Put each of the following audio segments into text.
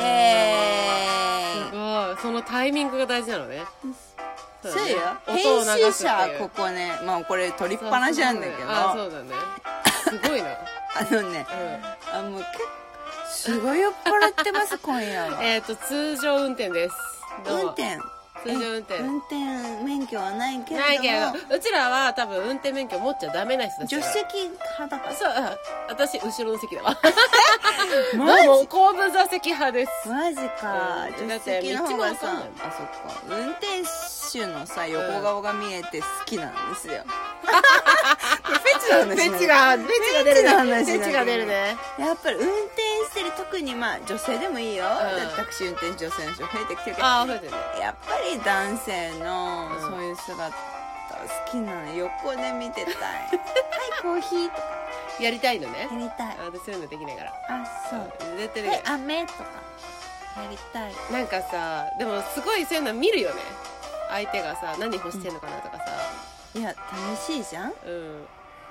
エーイ。 すごい。そのタイミングが大事なのね。 そうよ。編集者はここね、まあこれ取りっぱなしなんだけど。 あ、そうだね。すごいな。 もうすごい酔っ払ってます今夜は。 通常運転です。 運転。 通常運転。 運転免許はないけれども。 ないけど、うちらは多分運転免許持っちゃダメな人たち。 助手席派だから。 そう、私後ろの席だわ。 マジ？ もう後部座席派です。 マジか。助手席の方がさ、 そっか。 運転手のさ、横顔が見えて好きなんですよ。フェチの話。 フェチが出るね。 フェチが出るね。 やっぱり運転してる、特にまあ女性でもいいよ。タクシー運転手女性の人増えてきてるけど。 増えてるね。 やっぱり男性のそういう姿好きなの。横で見てたい。はい、コーヒーとか。 やりたいのね。 やりたい。 私そういうのできないから。 あ、そう。 絶対できない。 飴とか。やりたい。 なんかさ、でもすごいそういうの見るよね。相手がさ、何欲してんのかなとかさ。 いや、楽しいじゃん。 うん。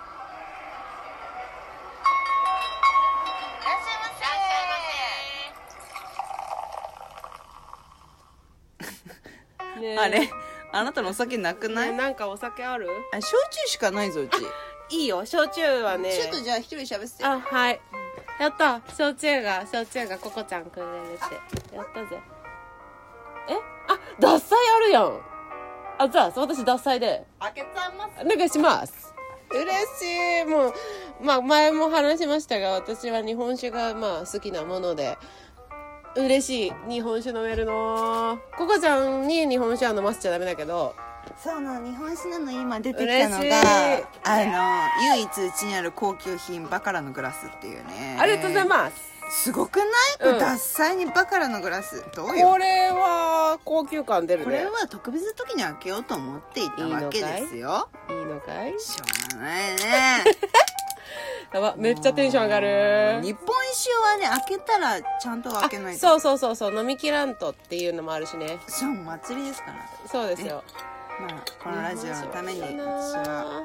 ね、あれ、あなたのお酒なくない？ ね、なんかお酒ある？ 焼酎しかないぞうち。 いいよ、焼酎はね。 ちょっとじゃあ一人喋って。 あ、はい。やった、焼酎がココちゃんくれるって。やったぜ。獺祭あるやん。じゃあ私獺祭で。 開けちゃいます。 お願いします。嬉しい。もう、まあ前も話しましたが、私は日本酒がまあ好きなもので。嬉しい。日本酒飲めるの。ココちゃんに日本酒は飲ませちゃダメだけど。 そうなの、日本酒なの。今出てきたのが唯一うちにある高級品バカラのグラスっていうね。 ありがとうございます。 すごくない？これ獺祭にバカラのグラスどうよ。 これは高級感出るね。 これは特別な時に開けようと思っていたわけですよ。 いいのかい？ しょうがないね。 やば、めっちゃテンション上がる。 日本酒はね、開けたらちゃんと開けないと。そう飲みきらんとっていうのもあるしね。 そう、祭りですから。 そうですよ。 まあこのラジオのために私は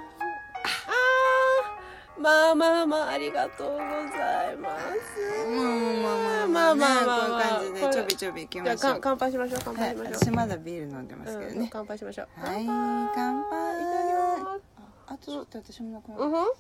まあありがとうございます。まあこういう感じでちょびちょびいきましょう。 じゃあ乾杯しましょう。 私まだビール飲んでますけどね。 乾杯しましょう。 はい、乾杯。いただきます。あとちょっと私もなくなる。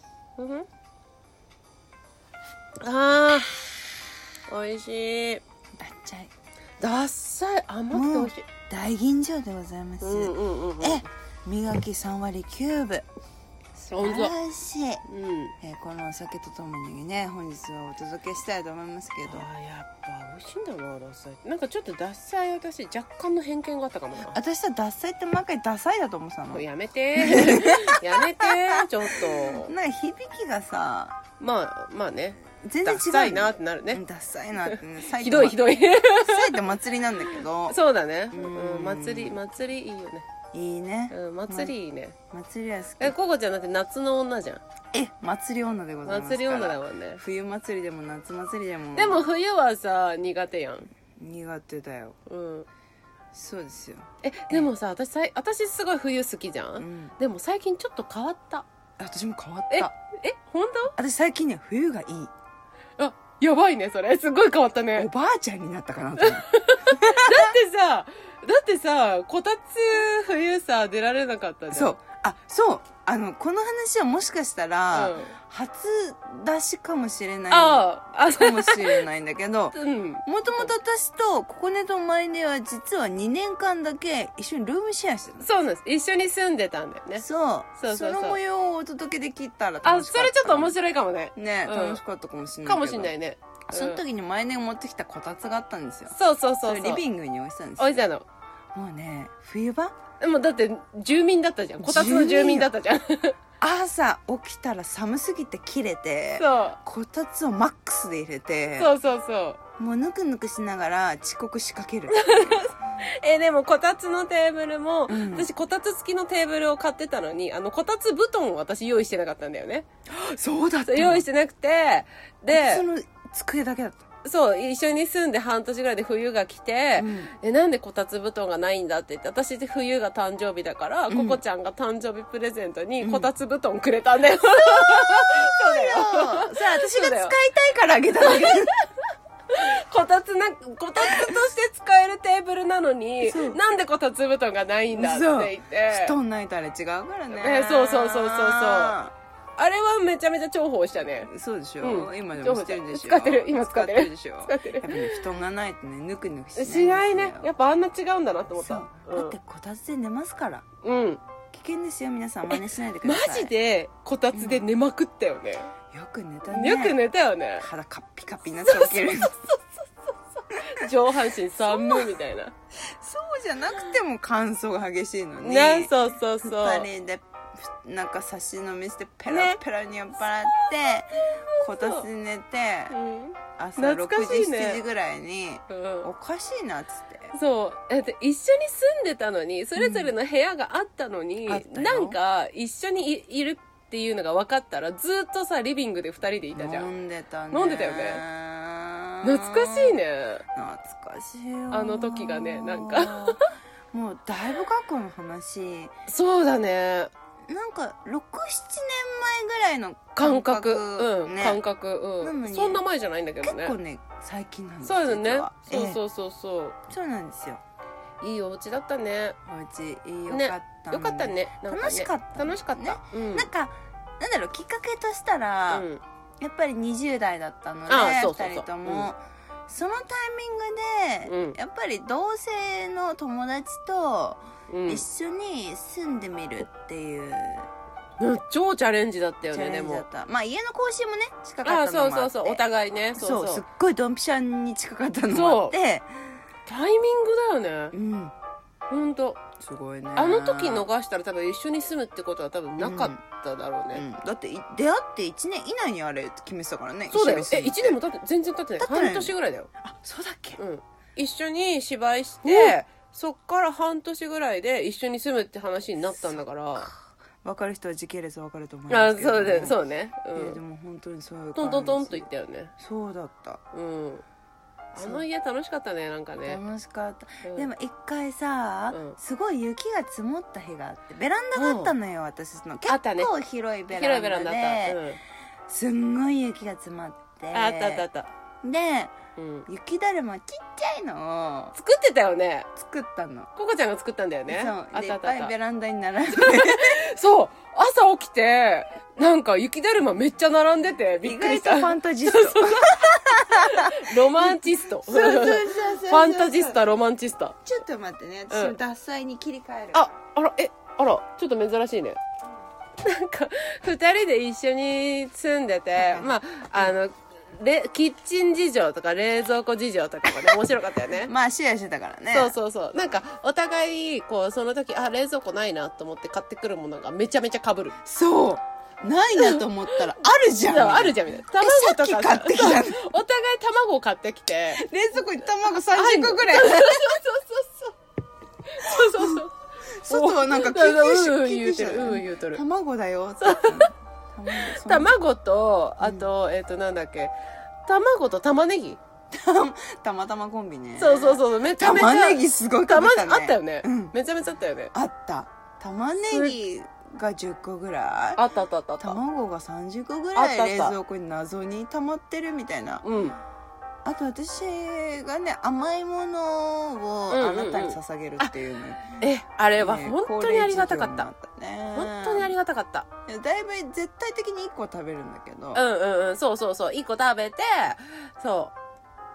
美味しい。 獺祭甘くて美味しい。 大吟醸でございます。磨き3割9分。素晴らしい。このお酒とともにね、本日はお届けしたいと思いますけど。 やっぱ美味しいんだな、獺祭。なんかちょっと獺祭、私若干の偏見があったかもな。 私さ、獺祭って毎回ダサいだと思ってたの。 やめてちょっと。 なんか響きがさ、 まあね。 全然違う。 ダサいなってなるね。 ダサいなってね。 ひどい。 サイって祭りなんだけど。 そうだね。祭りいいよね。 いいね。 祭りいいね。 祭りは好き。 ココちゃんだって夏の女じゃん。 祭り女でございますから。 祭り女だもんね。 冬祭りでも夏祭りでも。 でも冬はさ、苦手やん。 苦手だよ。そうですよ。 でもさ、私すごい冬好きじゃん。でも最近ちょっと変わった。 私も変わった。 本当？ 私最近ね、冬がいい。 やばいね、それ。すごい変わったね。 おばあちゃんになったかなと思う。 だってさ、こたつ冬さ、出られなかったじゃん。 そう。この話はもしかしたら、初出しかもしれない。かもしれないんだけど、もともと私とココネとマイネは実は2年間だけ一緒にルームシェアしてた。 そうなんです。一緒に住んでたんだよね。 そう。その模様をお届けできたら楽しかった。 それちょっと面白いかもね。 ね、楽しかったかもしれない。 かもしれないね。 その時にマイネが持ってきたこたつがあったんですよ。 そう。 リビングに置いてたんですよ。 置いてたの。 もうね、冬場？ でもだって住民だったじゃん。こたつの住民だったじゃん。 朝起きたら寒すぎて切れて、こたつをマックスで入れて、もうぬくぬくしながら遅刻しかける。 でもこたつのテーブルも、私こたつ付きのテーブルを買ってたのに、こたつ布団を私用意してなかったんだよね。 そうだった。 用意してなくて、で、 その机だけだった。 そう、一緒に住んで半年ぐらいで冬が来て、なんでこたつ布団がないんだって言って、私で冬が誕生日だから、ココちゃんが誕生日プレゼントにこたつ布団くれたんだよ。そうだよ。 さあ、私が使いたいからあげたんだけど。 こたつとして使えるテーブルなのに、なんでこたつ布団がないんだって言って。 布団ないとあれ違うからね。 そう。あれはめちゃめちゃ重宝したね。 そうでしょ、今でもしてるでしょ。 使ってるでしょ。やっぱね、布団がないとね、ぬくぬくしないね。やっぱあんな違うんだなと思った。 だってこたつで寝ますから。危険ですよ、皆さん真似しないでください。 マジでこたつで寝まくったよね。 よく寝たね。 よく寝たよね。 肌カッピカピになって起きる。 上半身寒みたいな。 そうじゃなくても乾燥が激しいのに。 ね、そう。 二人でなんか差し飲みしてペラペラに酔っ払って、こたつで寝て、朝6時7時ぐらいに、おかしいなっつって。 そう。一緒に住んでたのに、それぞれの部屋があったのに、なんか一緒にいるっていうのが分かったら、ずっとさ、リビングで2人でいたじゃん。 飲んでたよね。 懐かしいね。 懐かしいよ。 あの時がね、なんか。 もうだいぶ過去の話。 そうだね。 なんか6、7年前ぐらいの感覚。感覚。そんな前じゃないんだけどね。 結構ね、最近なんですよ。そうだね。そう。 そうなんですよ。 いいお家だったね。 お家よかった。 よかったね。 楽しかった。 楽しかった。 なんか、なんだろう、きっかけとしたら、やっぱり20代だったので、2人とも。そのタイミングで、やっぱり同性の友達と一緒に住んでみるっていう、 超チャレンジだったよね。でもまあ家の更新もね近かったのもあって、 そうお互いね。 そうすっごいドンピシャに近かったのもあって、 タイミングだよね。本当すごいね。 あの時逃したら多分一緒に住むってことは多分なかっただろうね。 だって出会って1年以内にあれ決めてたからね。 そうだよ。1年も全然経ってない。半年ぐらいだよ。 あ、そうだっけ。 一緒に芝居して、そっから半年ぐらいで一緒に住むって話になったんだから。 分かる人は時系列分かると思いますけど。 そうね。 でも本当にそういう感じ。トントンと言ったよね。 そうだった。 あの家楽しかったね、なんかね。 楽しかった。でも一回さ、すごい雪が積もった日があって、ベランダがあったのよ、私の。結構広いベランダで、すんごい雪が詰まって。 あった。 で、雪だるまちっちゃいのを作ってたよね。 作ったの。 ココちゃんが作ったんだよね。 そう。いっぱいベランダに並んで。 そう。朝起きて、なんか雪だるまめっちゃ並んでて、びっくりした。 意外とファンタジスト。 ロマンチスト。ファンタジスタ、ロマンチスタ。 ちょっと待ってね。私も獺祭に切り替える。 あら、ちょっと珍しいね。なんか、二人で一緒に住んでて、まあ、キッチン事情とか冷蔵庫事情とかもね、面白かったよね。 まあ、シェアしてたからね。 そう。なんか、お互い、こう、その時、冷蔵庫ないなと思って買ってくるものがめちゃめちゃ被る。 そう。ないなと思ったら、あるじゃん。 あるじゃん、みたいな。 卵とか買ってきた。お互い卵を買ってきて。 冷蔵庫に卵30個ぐらい。 そう。 外はなんか言うてる。 卵だよ。 卵と、あと、なんだっけ。卵と玉ねぎ。 たまたまコンビね。 そう。めちゃめちゃ。 玉ねぎすごい食べたね。 あったよね。めちゃめちゃあったよね。 あった。玉ねぎが10個ぐらい。 あった。 卵が30個ぐらい冷蔵庫に謎に溜まってるみたいな。あと私がね、甘いものをあなたに捧げるっていうね。 あれは本当にありがたかった。本当にありがたかった。 だいぶ絶対的に1個食べるんだけど。 そう。1個食べて、そう。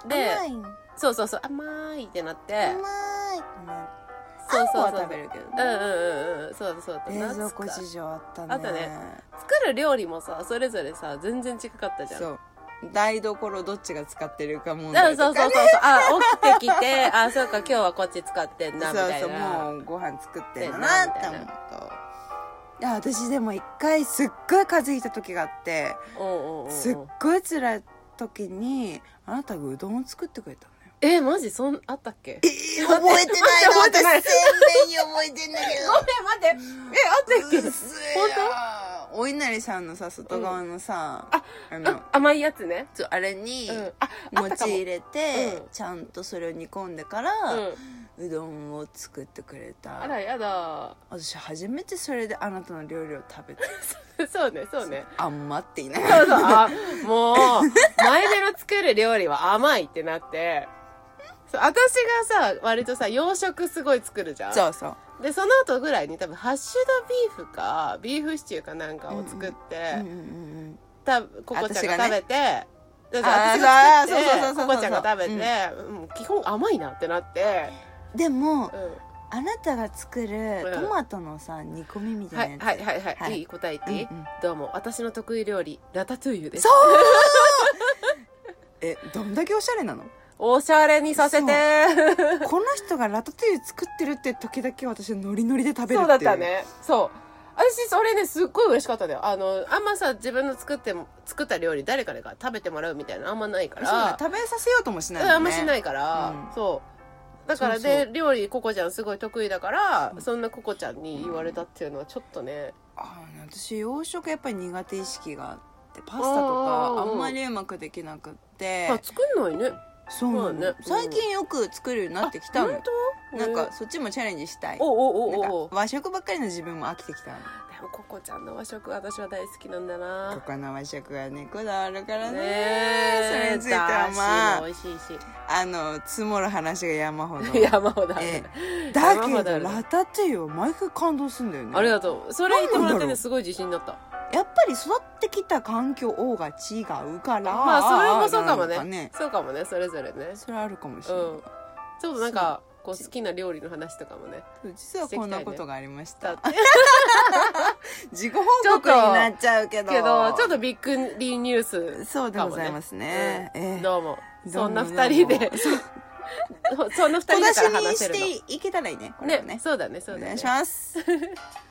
で、そう。甘いってなって。 甘いってなって。そう食べるけどね。そう冷蔵庫事情あったね。 あとね、作る料理もさ、それぞれさ、全然違かったじゃん。 そう。台所どっちが使ってるか問題とかね。 そう。起きてきて、そうか、今日はこっち使ってんな、みたいな。 そう、もうご飯作ってんだなって思うと。いや、私でも一回すっごい風邪ひいた時があって、すっごい辛い時に、あなたがうどんを作ってくれたのよ。 マジあったっけ？ 覚えてないの。私鮮明に覚えてんだけど。 ごめん、待って。あったっけ？本当？お稲荷さんのさ、外側のさ、 甘いやつね。 あれに餅入れて、ちゃんとそれを煮込んでから、うどんを作ってくれた。 あら、やだ。 私初めてそれであなたの料理を食べて。 そうね。 あんまって言いながら。 そう。 もう前目の作る料理は甘いってなって、そう私がさ割とさ洋食すごい作るじゃん。 そうそう。 でその後ぐらいに多分ハッシュドビーフかビーフシチューかなんかを作って、ココちゃんが食べて、私が作ってココちゃんが食べて、基本甘いなってなって。 でも、あなたが作るトマトのさ煮込みみたいなやつ、 はい、いい答えていい？どうも、私の得意料理ラタトゥイユです。 そうどんだけおしゃれなの？ おしゃれにさせて。 この人がラタトゥイユ作ってるって時だけ私ノリノリで食べるっていう。 そうだったね。そう。私それねすっごい嬉しかったんだよ。あんまさ自分の作った料理誰かが食べてもらうみたいなあんまないから。 そう食べさせようともしないもんね。 あんましないから、そうだからで料理ココちゃんすごい得意だから、そんなココちゃんに言われたっていうのはちょっとね。 私洋食やっぱり苦手意識があってパスタとかあんまりうまくできなくって。 作んないね。 そうなのね。最近よく作るようになってきたの。 本当？ なんかそっちもチャレンジしたい。和食ばっかりの自分も飽きてきたの。 でもココちゃんの和食私は大好きなんだな。 ココの和食はねこだわるからね。それについてはまあ美味しいし積もる話が山ほど山ほどある。 だけどラタトゥイユは毎回感動するんだよね。 ありがとう。それ言ってもらってねすごい自信になった。 やっぱり育ってきた環境が違うから。 まあそれもそうかもね。そうかもね、それぞれね。 それあるかもしれない。 ちょっとなんかこう好きな料理の話とかもね。 実はこんなことがありました。自己報告になっちゃうけどちょっとびっくりニュース。 そうでございますね。 どうもそんな二人でそんな二人だから話せるの。 小出しにしていけたらいいね。 ね、そうだね。 お願いします。